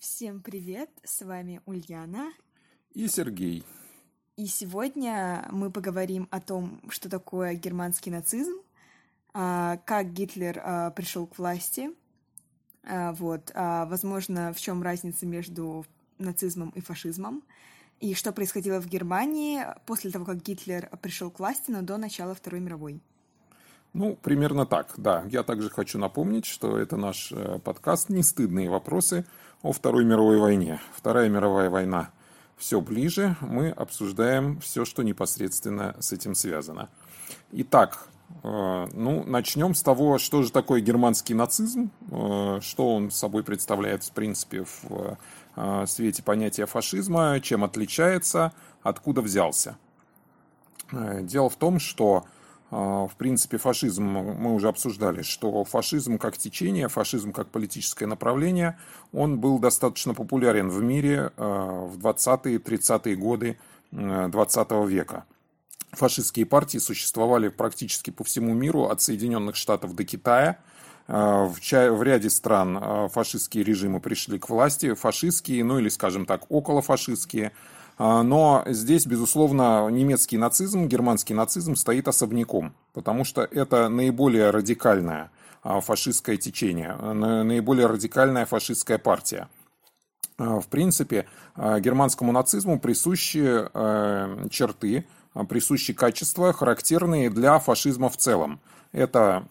Всем привет, с вами Ульяна, И Сергей. и сегодня мы поговорим о том, что такое германский нацизм, как Гитлер пришел к власти, возможно, в чем разница между нацизмом и фашизмом, и что происходило в Германии после того, как Гитлер пришел к власти, но до начала Второй мировой. Примерно так, да. Я также хочу напомнить, что это наш подкаст «Не стыдные вопросы о Второй мировой войне». Вторая мировая война все ближе. Мы обсуждаем все, что непосредственно с этим связано. Итак, начнем с того, что же такое германский нацизм, что он собой представляет, в принципе, в свете понятия фашизма, чем отличается, откуда взялся. Дело в том, что в принципе, фашизм, мы уже обсуждали, что фашизм как течение, фашизм как политическое направление, он был достаточно популярен в мире в 20-30-е годы 20 века. Фашистские партии существовали практически по всему миру, от Соединенных Штатов до Китая. В ряде стран фашистские режимы пришли к власти, фашистские, или, скажем так, околофашистские. Но здесь, безусловно, немецкий нацизм, германский нацизм стоит особняком, потому что это наиболее радикальное фашистское течение, наиболее радикальная фашистская партия. В принципе, германскому нацизму присущи черты, присущи качества, характерные для фашизма в целом. Это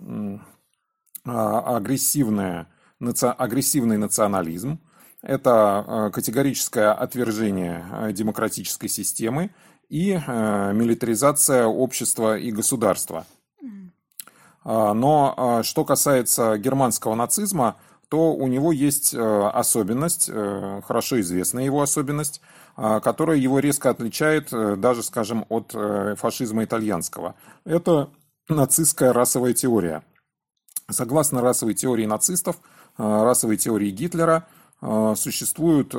агрессивный национализм, это категорическое отвержение демократической системы и милитаризация общества и государства. Но что касается германского нацизма, то у него есть особенность, хорошо известная его особенность, которая его резко отличает даже, скажем, от фашизма итальянского. Это нацистская расовая теория. Согласно расовой теории нацистов, расовой теории Гитлера, существуют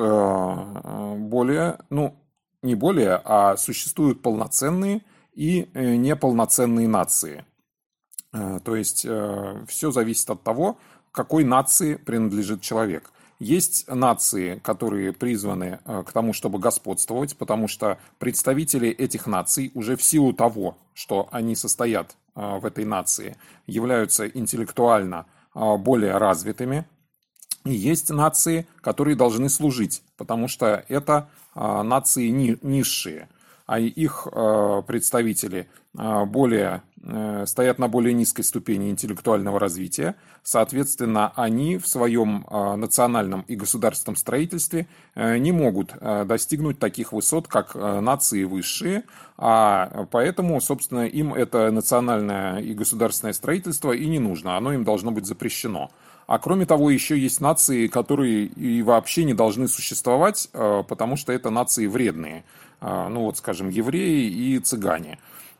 существуют полноценные и неполноценные нации. То есть все зависит от того, к какой нации принадлежит человек. Есть нации, которые призваны к тому, чтобы господствовать, потому что представители этих наций уже в силу того, что они состоят в этой нации, являются интеллектуально более развитыми. И есть нации, которые должны служить, потому что это нации низшие, а их представители стоят на более низкой ступени интеллектуального развития. Соответственно, они в своем национальном и государственном строительстве не могут достигнуть таких высот, как нации высшие, а поэтому, собственно, им это национальное и государственное строительство и не нужно, оно им должно быть запрещено. А кроме того, еще есть нации, которые и вообще не должны существовать, потому что это нации вредные. Скажем, евреи и цыгане.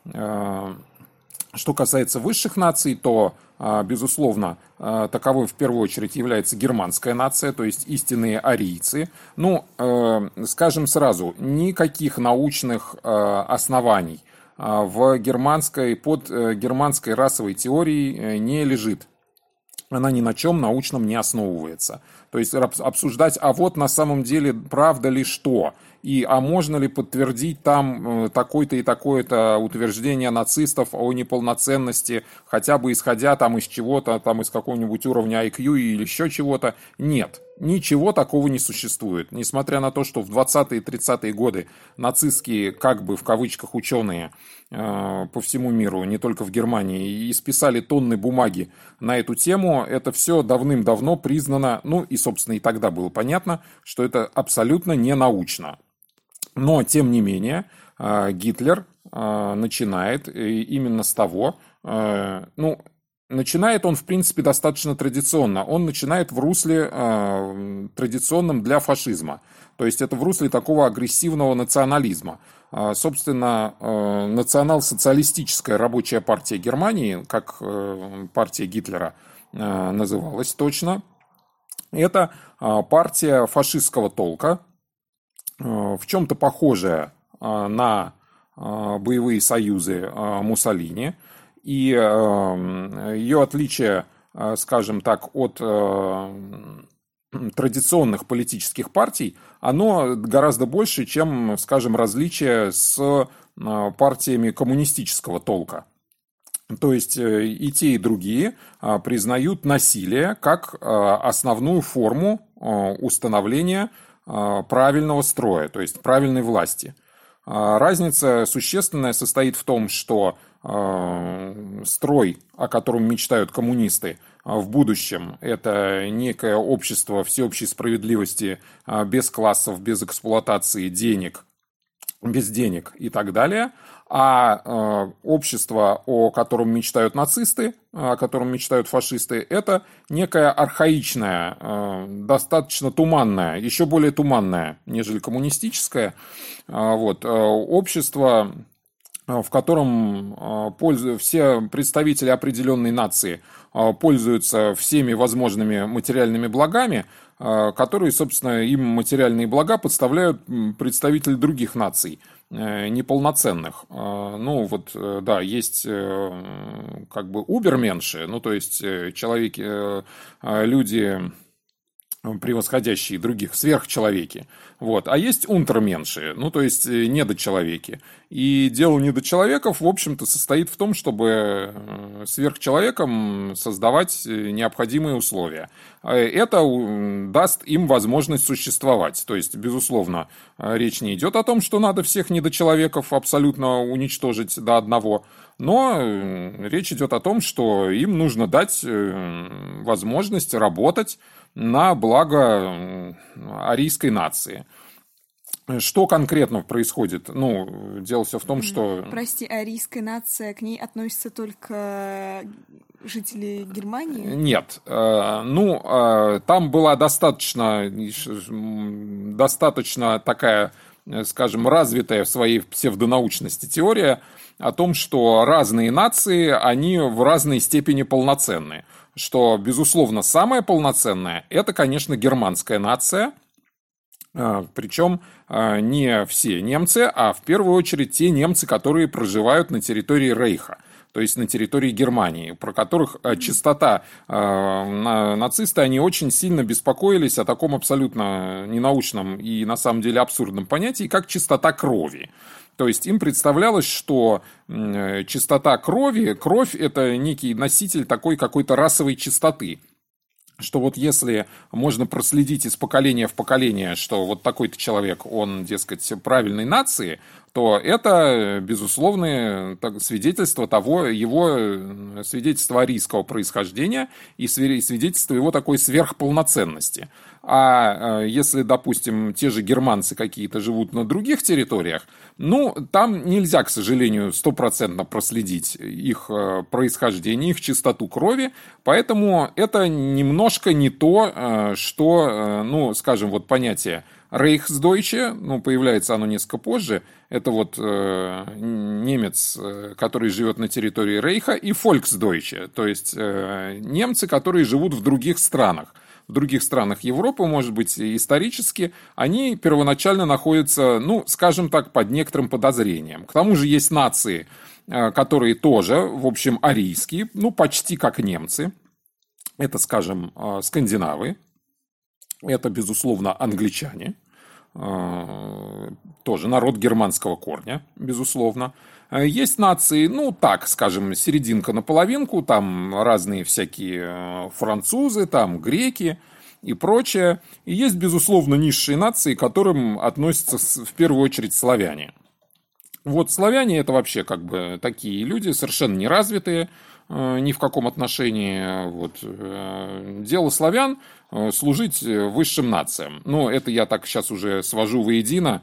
Что касается высших наций, то, безусловно, таковой в первую очередь является германская нация, то есть истинные арийцы. Скажем сразу, никаких научных оснований под германской расовой теорией не лежит. Она ни на чем научном не основывается. То есть обсуждать, а вот на самом деле правда ли что, а можно ли подтвердить там такое-то и такое-то утверждение нацистов о неполноценности, хотя бы исходя там из чего-то, там из какого-нибудь уровня IQ или еще чего-то. Нет, ничего такого не существует. Несмотря на то, что в 20-е и 30-е годы нацистские, как бы в кавычках, ученые по всему миру, не только в Германии, исписали тонны бумаги на эту тему, это все давным-давно признано, и, собственно, и тогда было понятно, что это абсолютно не научно. Но, тем не менее, Гитлер начинает именно с того, начинает он, в принципе, достаточно традиционно. Он начинает в русле традиционном для фашизма. То есть это в русле такого агрессивного национализма. Собственно, национал-социалистическая рабочая партия Германии, как партия Гитлера называлась точно, это партия фашистского толка, в чем-то похожая на боевые союзы Муссолини. И ее отличие, скажем так, от традиционных политических партий, оно гораздо больше, чем, скажем, различие с партиями коммунистического толка. То есть и те, и другие признают насилие как основную форму установления правильного строя, то есть правильной власти. Разница существенная состоит в том, что строй, о котором мечтают коммунисты в будущем, это некое общество всеобщей справедливости без классов, без эксплуатации денег, без денег и так далее. А общество, о котором мечтают нацисты, о котором мечтают фашисты, это некое архаичное, достаточно туманное, еще более туманное, нежели коммунистическое, общество, в котором все представители определенной нации пользуются всеми возможными материальными благами, которые, собственно, им материальные блага подставляют представители других наций, неполноценных. Да, есть как бы уберменши, то есть человеки, люди, превосходящие других, сверхчеловеки. А есть унтерменши, то есть недочеловеки. И дело недочеловеков, в общем-то, состоит в том, чтобы сверхчеловекам создавать необходимые условия. Это даст им возможность существовать. То есть, безусловно, речь не идет о том, что надо всех недочеловеков абсолютно уничтожить до одного. Но речь идет о том, что им нужно дать возможность работать на благо арийской нации. Что конкретно происходит? Дело все в том, что... Прости, арийская нация, к ней относятся только жители Германии? Нет. Там была достаточно такая, скажем, развитая в своей псевдонаучности теория о том, что разные нации, они в разной степени полноценны. Что, безусловно, самая полноценная – это, конечно, германская нация. Причем не все немцы, а в первую очередь те немцы, которые проживают на территории Рейха, то есть на территории Германии, про которых чистота нацисты, они очень сильно беспокоились о таком абсолютно ненаучном и на самом деле абсурдном понятии, как чистота крови. То есть им представлялось, что чистота крови, кровь – это некий носитель такой какой-то расовой чистоты. Что если можно проследить из поколения в поколение, что такой-то человек, он, дескать, правильной нации, то это, безусловное свидетельство его свидетельство арийского происхождения и свидетельство его такой сверхполноценности. А если, допустим, те же германцы какие-то живут на других территориях, там нельзя, к сожалению, стопроцентно проследить их происхождение, их чистоту крови, поэтому это немножко не то, что, скажем, понятие Рейхсдойче, появляется оно несколько позже, это немец, который живет на территории Рейха, и Фольксдойче, то есть немцы, которые живут в других странах. В других странах Европы, может быть, исторически, они первоначально находятся, скажем так, под некоторым подозрением. К тому же есть нации, которые тоже, в общем, арийские, почти как немцы. Это, скажем, скандинавы. Это, безусловно, англичане. Тоже народ германского корня, безусловно. Есть нации, так, скажем, серединка на половинку, там разные всякие французы, там греки и прочее. И есть, безусловно, низшие нации, к которым относятся в первую очередь славяне. Славяне – это вообще такие люди, совершенно неразвитые, ни в каком отношении. Дело славян – служить высшим нациям. Это я так сейчас уже свожу воедино,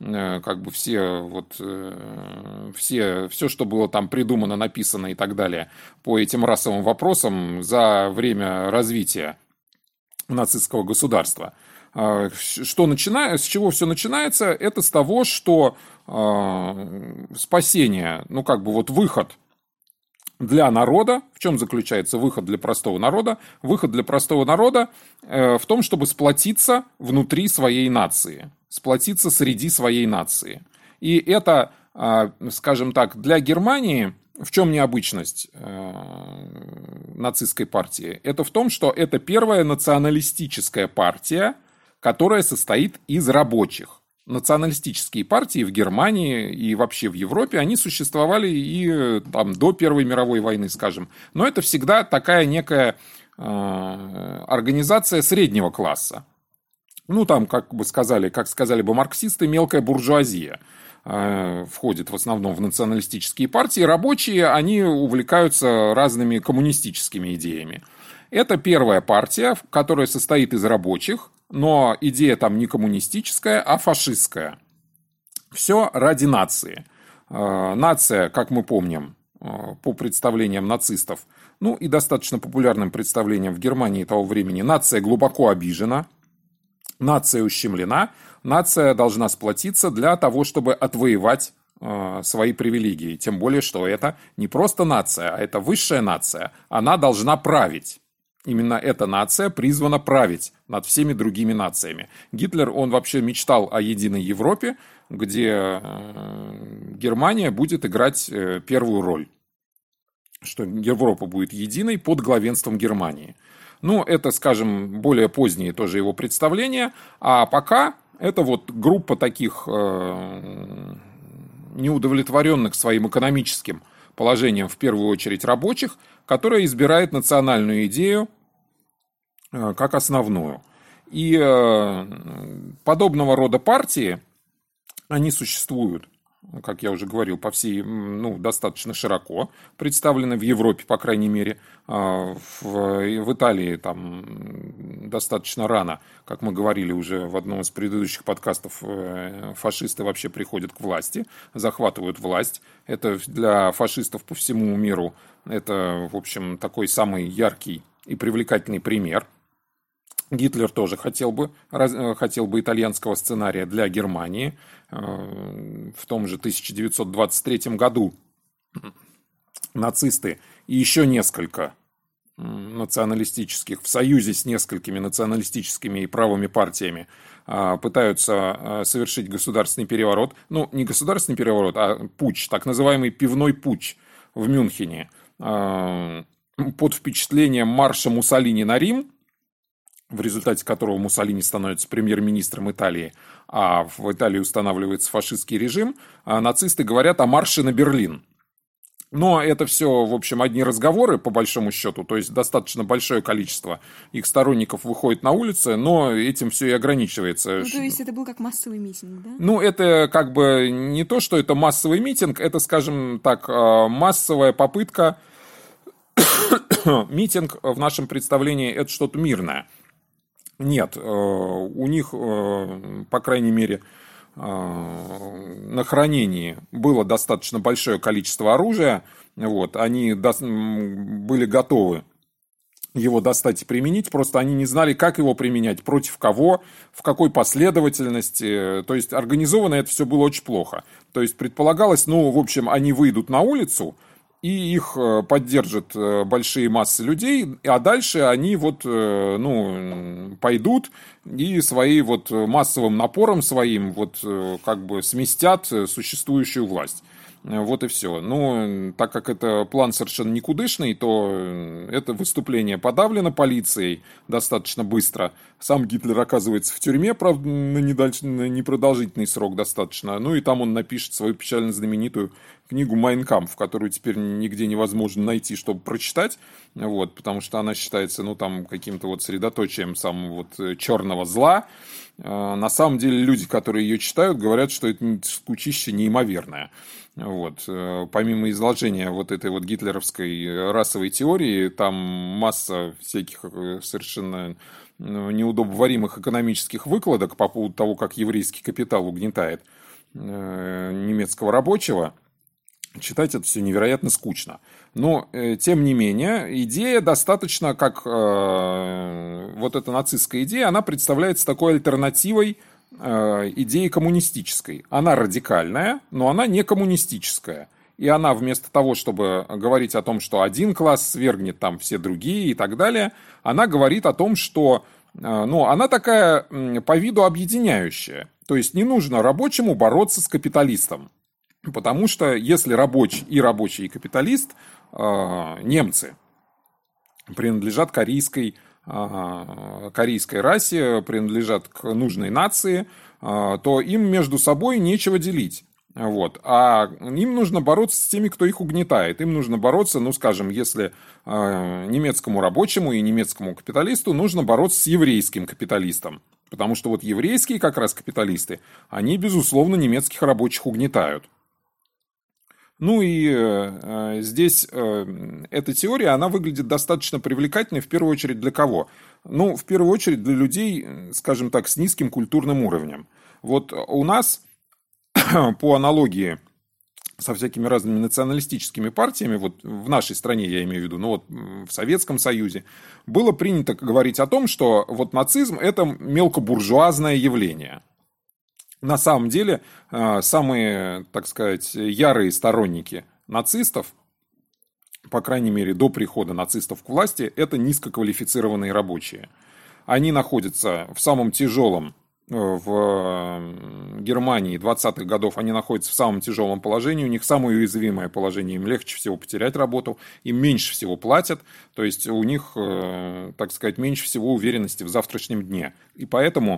все, что было там придумано, написано и так далее по этим расовым вопросам за время развития нацистского государства. С чего все начинается? Это с того, что спасение, выход для народа. В чем заключается выход для простого народа? Выход для простого народа в том, чтобы сплотиться внутри своей нации, сплотиться среди своей нации. И это, скажем так, для Германии В чем необычность нацистской партии? Это в том, что это первая националистическая партия, которая состоит из рабочих. Националистические партии в Германии и вообще в Европе, они существовали и там, до Первой мировой войны, скажем. Но это всегда такая некая организация среднего класса. Ну, там, как сказали бы марксисты, мелкая буржуазия входит в основном в националистические партии. Рабочие, они увлекаются разными коммунистическими идеями. Это первая партия, которая состоит из рабочих, но идея там не коммунистическая, а фашистская. Все ради нации. Нация, как мы помним, по представлениям нацистов, ну и достаточно популярным представлениям в Германии того времени, нация глубоко обижена, нация ущемлена, нация должна сплотиться для того, чтобы отвоевать свои привилегии. Тем более, что это не просто нация, а это высшая нация. Она должна править. Именно эта нация призвана править над всеми другими нациями. Гитлер, он вообще мечтал о единой Европе, где Германия будет играть первую роль. Что Европа будет единой под главенством Германии. Ну, это, скажем, более поздние тоже его представления. А пока это вот группа таких неудовлетворенных своим экономическим положением, в первую очередь рабочих, которая избирает национальную идею как основную. И подобного рода партии, они существуют, как я уже говорил, по всей, достаточно широко представлены в Европе, по крайней мере. В Италии там достаточно рано, как мы говорили уже в одном из предыдущих подкастов, фашисты вообще приходят к власти, захватывают власть. Это для фашистов по всему миру, это, в общем, такой самый яркий и привлекательный пример. Гитлер тоже хотел бы итальянского сценария для Германии. В том же 1923 году нацисты и еще несколько националистических, в союзе с несколькими националистическими и правыми партиями, пытаются совершить государственный переворот. Ну, не государственный переворот, а путч, так называемый пивной путч в Мюнхене. Под впечатлением марша Муссолини на Рим, в результате которого Муссолини становится премьер-министром Италии, а в Италии устанавливается фашистский режим, нацисты говорят о марше на Берлин. Но это все, в общем, одни разговоры, по большому счету, то есть достаточно большое количество их сторонников выходит на улицы, но этим все и ограничивается. Ну, то есть это был как массовый митинг, да? Ну, это как бы не то, что это массовый митинг, это, скажем так, массовая попытка. Митинг в нашем представлении это что-то мирное. Нет, у них, по крайней мере, на хранении было достаточно большое количество оружия. Вот, они были готовы его достать и применить, просто они не знали, как его применять, против кого, в какой последовательности. То есть организовано это все было очень плохо. То есть предполагалось, в общем, они выйдут на улицу, и их поддержат большие массы людей, а дальше они пойдут и массовым напором своим как бы сместят существующую власть. Вот и все. Так как это план совершенно никудышный, то это выступление подавлено полицией достаточно быстро. Сам Гитлер оказывается в тюрьме, правда, на непродолжительный срок достаточно. И там он напишет свою печально знаменитую книгу «Майн кампф», которую теперь нигде невозможно найти, чтобы прочитать, потому что она считается, каким-то средоточием самого черного зла. На самом деле люди, которые ее читают, говорят, что это скучище неимоверное. Помимо изложения этой гитлеровской расовой теории, там масса всяких совершенно неудобоваримых экономических выкладок по поводу того, как еврейский капитал угнетает немецкого рабочего. Читать это все невероятно скучно. Но, тем не менее, идея достаточно, как эта нацистская идея, она представляется такой альтернативой идеи коммунистической. Она радикальная, но она не коммунистическая. И она вместо того, чтобы говорить о том, что один класс свергнет там все другие и так далее, она говорит о том, что она такая по виду объединяющая. То есть не нужно рабочему бороться с капиталистом. Потому что если рабочий, и капиталист, немцы, принадлежат корейской расе, принадлежат к нужной нации, то им между собой нечего делить. Вот. А им нужно бороться с теми, кто их угнетает. Им нужно бороться, ну, скажем, если немецкому рабочему и немецкому капиталисту нужно бороться с еврейским капиталистом. Потому что вот еврейские как раз капиталисты, они, безусловно, немецких рабочих угнетают. Ну и здесь эта теория, она выглядит достаточно привлекательной в первую очередь для кого? Ну, в первую очередь для людей, скажем так, с низким культурным уровнем. Вот у нас, по аналогии со всякими разными националистическими партиями, вот в нашей стране я имею в виду, ну вот в Советском Союзе, было принято говорить о том, что вот нацизм – это мелкобуржуазное явление. На самом деле, самые, так сказать, ярые сторонники нацистов, по крайней мере, до прихода нацистов к власти, это низкоквалифицированные рабочие. Они находятся в самом тяжелом, в Германии 20-х годов, они находятся в самом тяжелом положении, у них самое уязвимое положение, им легче всего потерять работу, им меньше всего платят, то есть у них, так сказать, меньше всего уверенности в завтрашнем дне. И поэтому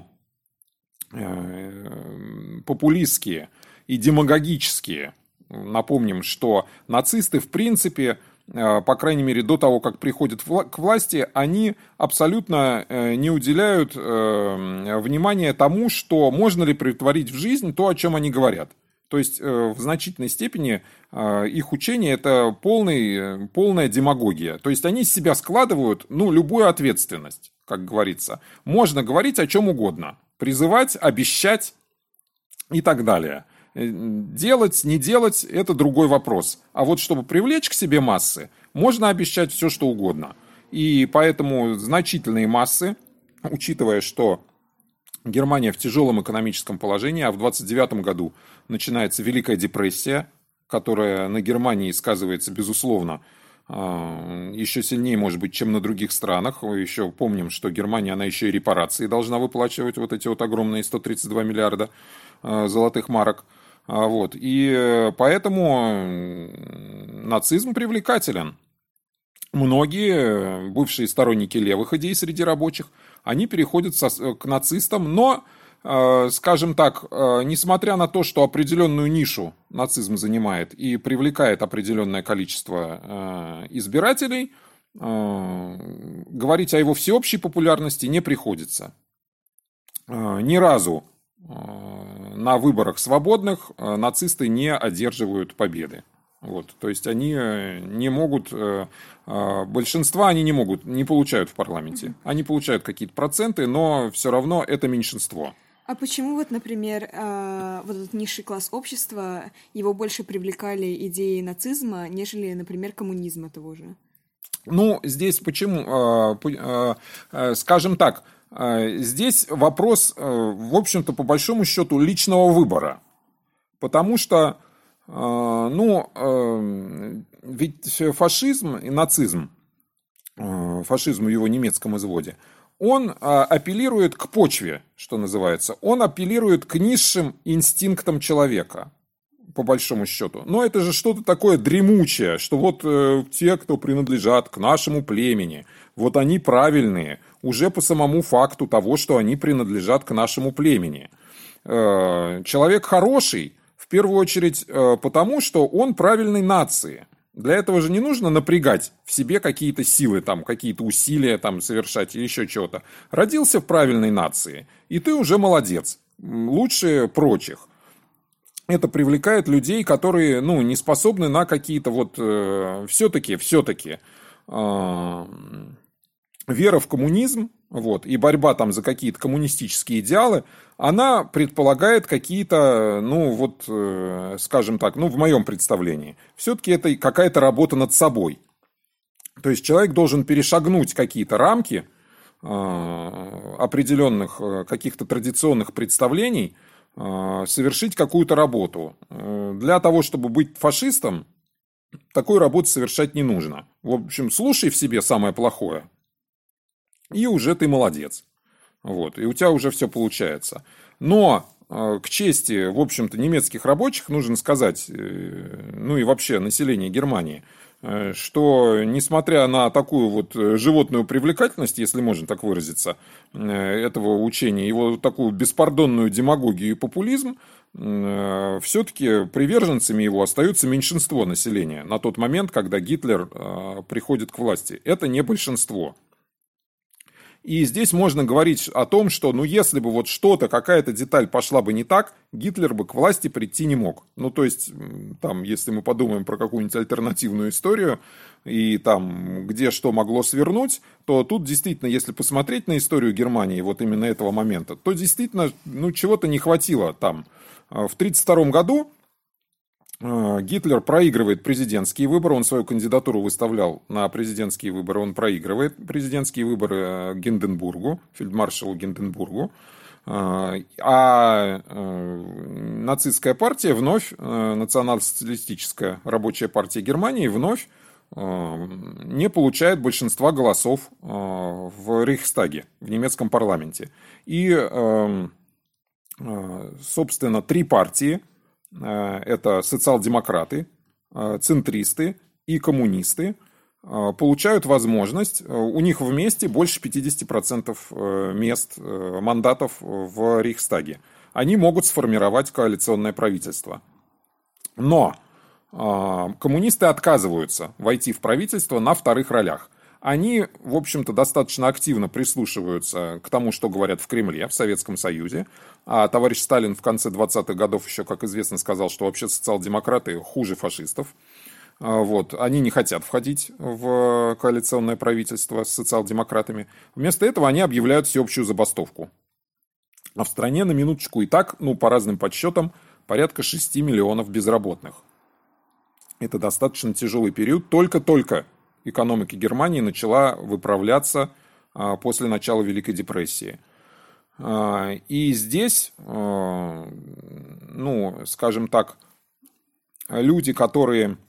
популистские и демагогические, напомним, что нацисты в принципе, по крайней мере до того, как приходят к власти, они абсолютно не уделяют внимания тому, что можно ли претворить в жизнь то, о чем они говорят. То есть в значительной степени их учение это полная демагогия. То есть они из себя складывают любую ответственность, как говорится. Можно говорить о чем угодно. Призывать, обещать и так далее. Делать, не делать – это другой вопрос. А вот чтобы привлечь к себе массы, можно обещать все, что угодно. И поэтому значительные массы, учитывая, что Германия в тяжелом экономическом положении, а в 1929 году начинается Великая депрессия, которая на Германии сказывается, безусловно, еще сильнее, может быть, чем на других странах. Еще помним, что Германия, она еще и репарации должна выплачивать, вот эти вот огромные 132 миллиарда золотых марок. Вот. И поэтому нацизм привлекателен. Многие бывшие сторонники левых идей среди рабочих, они переходят к нацистам, но, скажем так, несмотря на то, что определенную нишу нацизм занимает и привлекает определенное количество избирателей, говорить о его всеобщей популярности не приходится. Ни разу на выборах свободных нацисты не одерживают победы. Вот. То есть они не могут, большинства они не получают в парламенте. Они получают какие-то проценты, но все равно это меньшинство. А почему вот, например, вот этот низший класс общества, его больше привлекали идеи нацизма, нежели, например, коммунизма того же? Ну, здесь почему? Скажем так, здесь вопрос, в общем-то, по большому счету, личного выбора. Потому что, ведь фашизм и нацизм, фашизм в его немецком изводе, он апеллирует к почве, что называется. Он апеллирует к низшим инстинктам человека, по большому счету. Но это же что-то такое дремучее, что вот те, кто принадлежат к нашему племени, вот они правильные, уже по самому факту того, что они принадлежат к нашему племени. Человек хороший, в первую очередь, потому что он правильной нации. Для этого же не нужно напрягать в себе какие-то силы, там, какие-то усилия там, совершать или еще чего-то. Родился в правильной нации, и ты уже молодец, лучше прочих. Это привлекает людей, которые не способны на какие-то вот все-таки вера в коммунизм, вот, и борьба там за какие-то коммунистические идеалы, она предполагает какие-то, скажем так, в моем представлении, все-таки это какая-то работа над собой. То есть человек должен перешагнуть какие-то рамки определенных каких-то традиционных представлений, совершить какую-то работу. Для того, чтобы быть фашистом, такой работы совершать не нужно. В общем, слушай в себе самое плохое, и уже ты молодец. Вот, и у тебя уже все получается. Но к чести, в общем-то, немецких рабочих нужно сказать, ну и вообще населения Германии, что, несмотря на такую вот животную привлекательность, если можно так выразиться, этого учения, его такую беспардонную демагогию и популизм, все-таки приверженцами его остаются меньшинство населения на тот момент, когда Гитлер приходит к власти. Это не большинство. И здесь можно говорить о том, что, ну, если бы вот что-то, какая-то деталь пошла бы не так, Гитлер бы к власти прийти не мог. Ну, то есть, там, если мы подумаем про какую-нибудь альтернативную историю, и там, где что могло свернуть, то тут действительно, если посмотреть на историю Германии вот именно этого момента, то действительно, ну, чего-то не хватило там. В 1932 году Гитлер проигрывает президентские выборы, он свою кандидатуру выставлял на президентские выборы, он проигрывает президентские выборы Гинденбургу, фельдмаршалу Гинденбургу, а нацистская партия вновь, национал-социалистическая рабочая партия Германии вновь не получает большинства голосов в Рейхстаге, в немецком парламенте. И, собственно, три партии, это социал-демократы, центристы и коммунисты, получают возможность, у них вместе больше 50% мест, мандатов в Рейхстаге. Они могут сформировать коалиционное правительство. Но коммунисты отказываются войти в правительство на вторых ролях. Они, в общем-то, достаточно активно прислушиваются к тому, что говорят в Кремле, в Советском Союзе. А товарищ Сталин в конце 20-х годов еще, как известно, сказал, что вообще социал-демократы хуже фашистов. Вот. Они не хотят входить в коалиционное правительство с социал-демократами. Вместо этого они объявляют всеобщую забастовку. А в стране, на минуточку, и так, ну, по разным подсчетам, порядка 6 миллионов безработных. Это достаточно тяжелый период. Только-только экономика Германии начала выправляться после начала Великой депрессии. И здесь, ну, скажем так, люди, которые,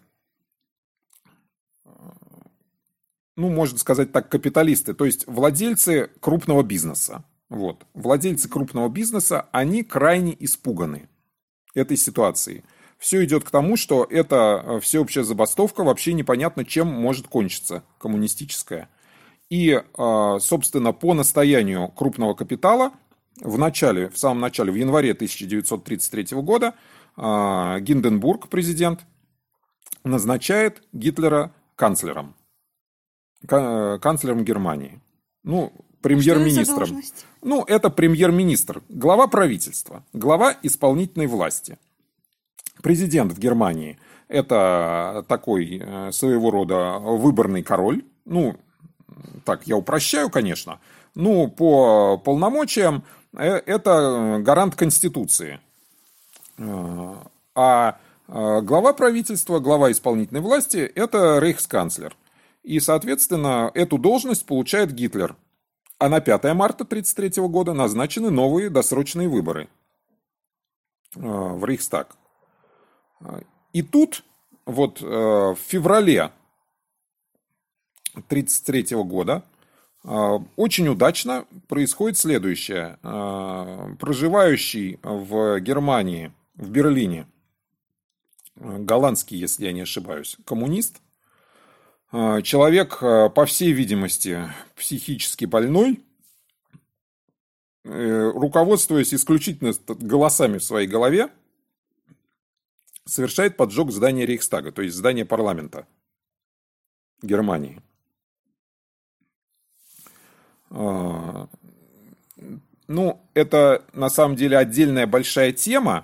ну, можно сказать так, капиталисты, то есть владельцы крупного бизнеса. Вот. Владельцы крупного бизнеса, они крайне испуганы этой ситуацией. Все идет к тому, что эта всеобщая забастовка вообще непонятно, чем может кончиться, коммунистическая. И, собственно, по настоянию крупного капитала в самом начале, в январе 1933 года Гинденбург, президент, назначает Гитлера канцлером Германии. Ну, премьер-министром. Ну, это премьер-министр, глава правительства, глава исполнительной власти. Президент в Германии – это такой своего рода выборный король. Ну, так, я упрощаю, конечно. Ну, по полномочиям это гарант Конституции. А глава правительства, глава исполнительной власти – это рейхсканцлер. И, соответственно, эту должность получает Гитлер. А на 5 марта 1933 года назначены новые досрочные выборы в Рейхстаг. И тут, вот в феврале 1933 года очень удачно происходит следующее. Проживающий в Германии, в Берлине, голландский, если я не ошибаюсь, коммунист, человек, по всей видимости, психически больной, руководствуясь исключительно голосами в своей голове, совершает поджог здания Рейхстага, то есть здания парламента Германии. Ну, это на самом деле отдельная большая тема.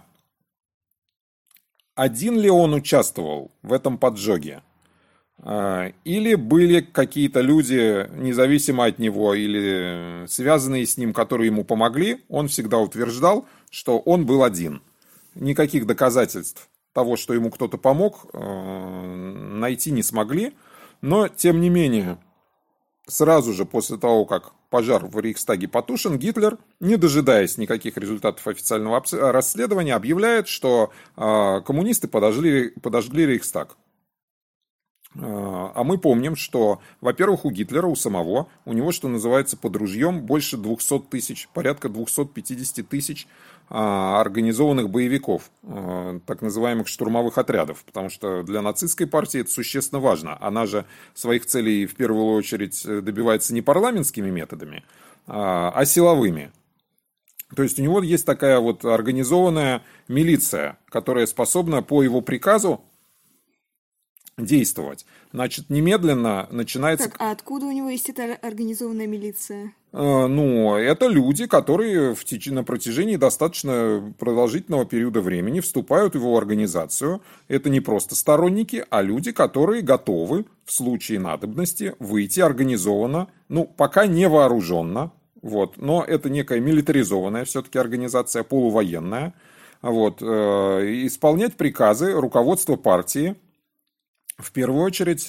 Один ли он участвовал в этом поджоге? Или были какие-то люди, независимо от него, или связанные с ним, которые ему помогли? Он всегда утверждал, что он был один. Никаких доказательств того, что ему кто-то помог, найти не смогли. Но, тем не менее, сразу же после того, как пожар в Рейхстаге потушен, Гитлер, не дожидаясь никаких результатов официального расследования, объявляет, что коммунисты подожгли Рейхстаг. А мы помним, что, во-первых, у Гитлера, у самого, у него, что называется, под ружьем больше 200 тысяч, порядка 250 тысяч организованных боевиков, так называемых штурмовых отрядов, потому что для нацистской партии это существенно важно. Она же своих целей в первую очередь добивается не парламентскими методами, а силовыми. То есть у него есть такая вот организованная милиция, которая способна по его приказу действовать. Значит, немедленно начинается... Так, а откуда у него есть эта организованная милиция? Ну, это люди, которые на протяжении достаточно продолжительного периода времени вступают в его организацию. Это не просто сторонники, а люди, которые готовы в случае надобности выйти организованно, ну, пока не вооруженно, вот, но это некая милитаризованная все-таки организация, полувоенная, вот, исполнять приказы руководства партии, в первую очередь,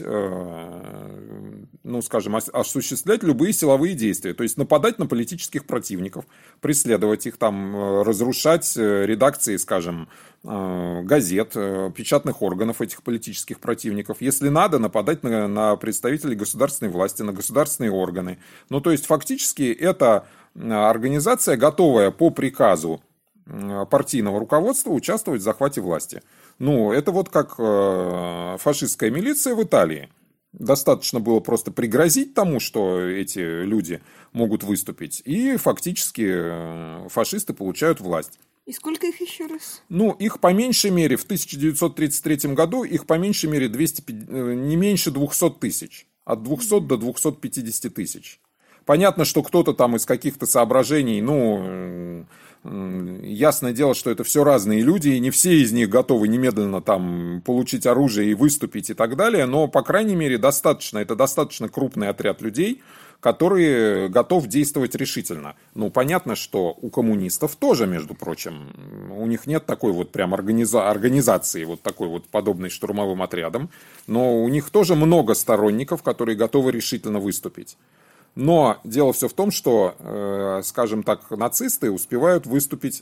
ну, скажем, осуществлять любые силовые действия, то есть нападать на политических противников, преследовать их, там, разрушать редакции, скажем, газет, печатных органов этих политических противников. Если надо, нападать на представителей государственной власти, на государственные органы. Ну, то есть, фактически, это организация, готовая по приказу партийного руководства участвовать в захвате власти. Ну, это вот как фашистская милиция в Италии. Достаточно было просто пригрозить тому, что эти люди могут выступить, и фактически фашисты получают власть. И сколько их еще раз? Ну, их по меньшей мере в 1933 году, их по меньшей мере не меньше 200 тысяч. От 200 до 250 тысяч. Понятно, что кто-то там из каких-то соображений, ну, ясное дело, что это все разные люди, и не все из них готовы немедленно там получить оружие и выступить и так далее, но, по крайней мере, это достаточно крупный отряд людей, который готов действовать решительно. Ну, понятно, что у коммунистов тоже, между прочим, у них нет такой вот прям организации, вот такой вот подобной штурмовым отрядам, но у них тоже много сторонников, которые готовы решительно выступить. Но дело все в том, что, скажем так, нацисты успевают выступить.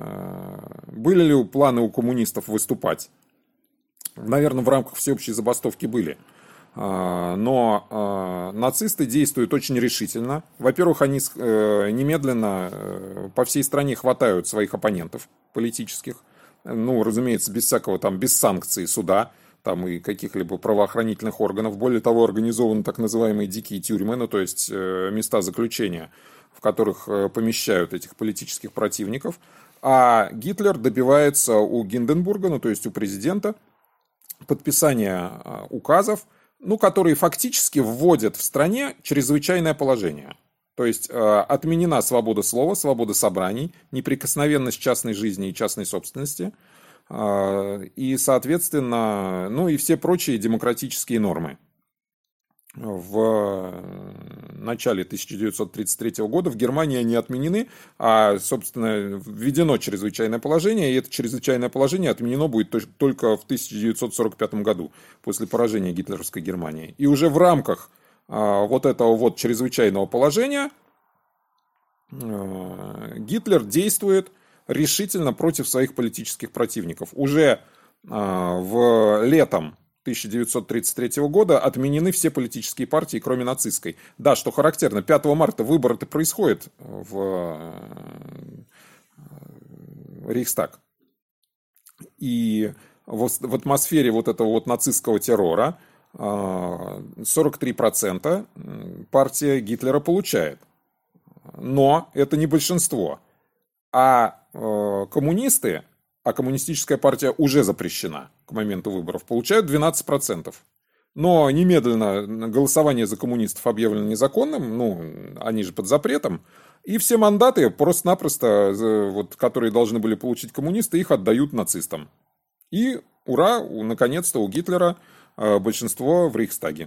Были ли планы у коммунистов выступать? Наверное, в рамках всеобщей забастовки были. Но нацисты действуют очень решительно. Во-первых, они немедленно по всей стране хватают своих оппонентов политических. Ну, разумеется, без всякого там, без санкций суда. Там и каких-либо правоохранительных органов. Более того, организованы так называемые дикие тюрьмы, ну, то есть места заключения, в которых помещают этих политических противников. А Гитлер добивается у Гинденбурга, ну, то есть у президента, подписания указов, ну, которые фактически вводят в стране чрезвычайное положение. То есть отменена свобода слова, свобода собраний, неприкосновенность частной жизни и частной собственности, и, соответственно, ну и все прочие демократические нормы. В начале 1933 года в Германии они отменены, а, собственно, введено чрезвычайное положение, и это чрезвычайное положение отменено будет только в 1945 году, после поражения гитлеровской Германии. И уже в рамках вот этого вот чрезвычайного положения Гитлер действует решительно против своих политических противников. Уже летом 1933 года отменены все политические партии, кроме нацистской. Да, что характерно, 5 марта выборы-то происходят в Рейхстаг. И в атмосфере вот этого вот нацистского террора 43% партия Гитлера получает. Но это не большинство. А коммунисты, а коммунистическая партия уже запрещена к моменту выборов, получают 12%. Но немедленно голосование за коммунистов объявлено незаконным, ну, они же под запретом, и все мандаты просто-напросто, вот, которые должны были получить коммунисты, их отдают нацистам. И, ура, наконец-то у Гитлера большинство в Рейхстаге.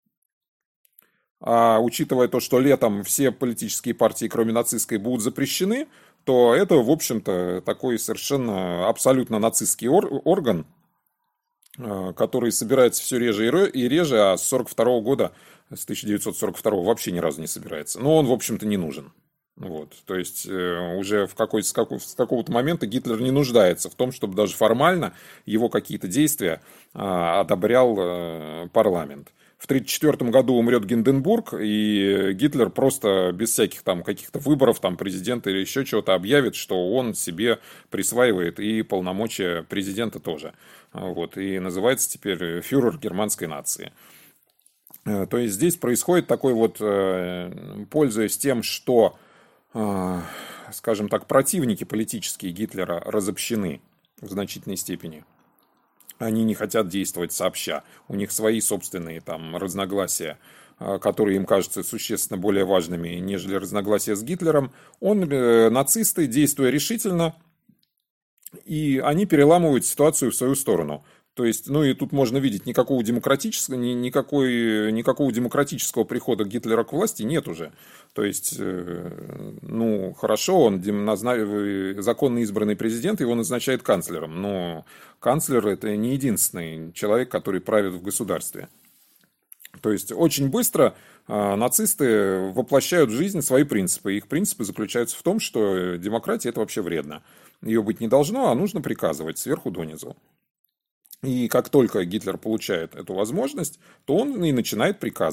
А учитывая то, что летом все политические партии, кроме нацистской, будут запрещены, то это, в общем-то, такой совершенно абсолютно нацистский орган, который собирается все реже и реже, а с 1942 года, с 1942 вообще ни разу не собирается. Но он, в общем-то, не нужен. Вот. То есть уже с какого-то момента Гитлер не нуждается в том, чтобы даже формально его какие-то действия одобрял парламент. В 1934 году умрет Гинденбург, и Гитлер просто без всяких там каких-то выборов, там президента или еще чего-то объявит, что он себе присваивает и полномочия президента тоже. Вот. И называется теперь фюрер германской нации. То есть здесь происходит такой вот, пользуясь тем, что, скажем так, противники политические Гитлера разобщены в значительной степени. Они не хотят действовать сообща. У них свои собственные там разногласия, которые им кажутся существенно более важными, нежели разногласия с Гитлером. Нацисты, действуя решительно, и они переламывают ситуацию в свою сторону. То есть, ну и тут можно видеть, никакого демократического прихода Гитлера к власти нет уже. То есть, ну, хорошо, он законно избранный президент, его назначает канцлером, но канцлер это не единственный человек, который правит в государстве. То есть, очень быстро нацисты воплощают в жизнь свои принципы. Их принципы заключаются в том, что демократия это вообще вредно. Ее быть не должно, а нужно приказывать сверху донизу. И как только Гитлер получает эту возможность, то он и начинает приказывать.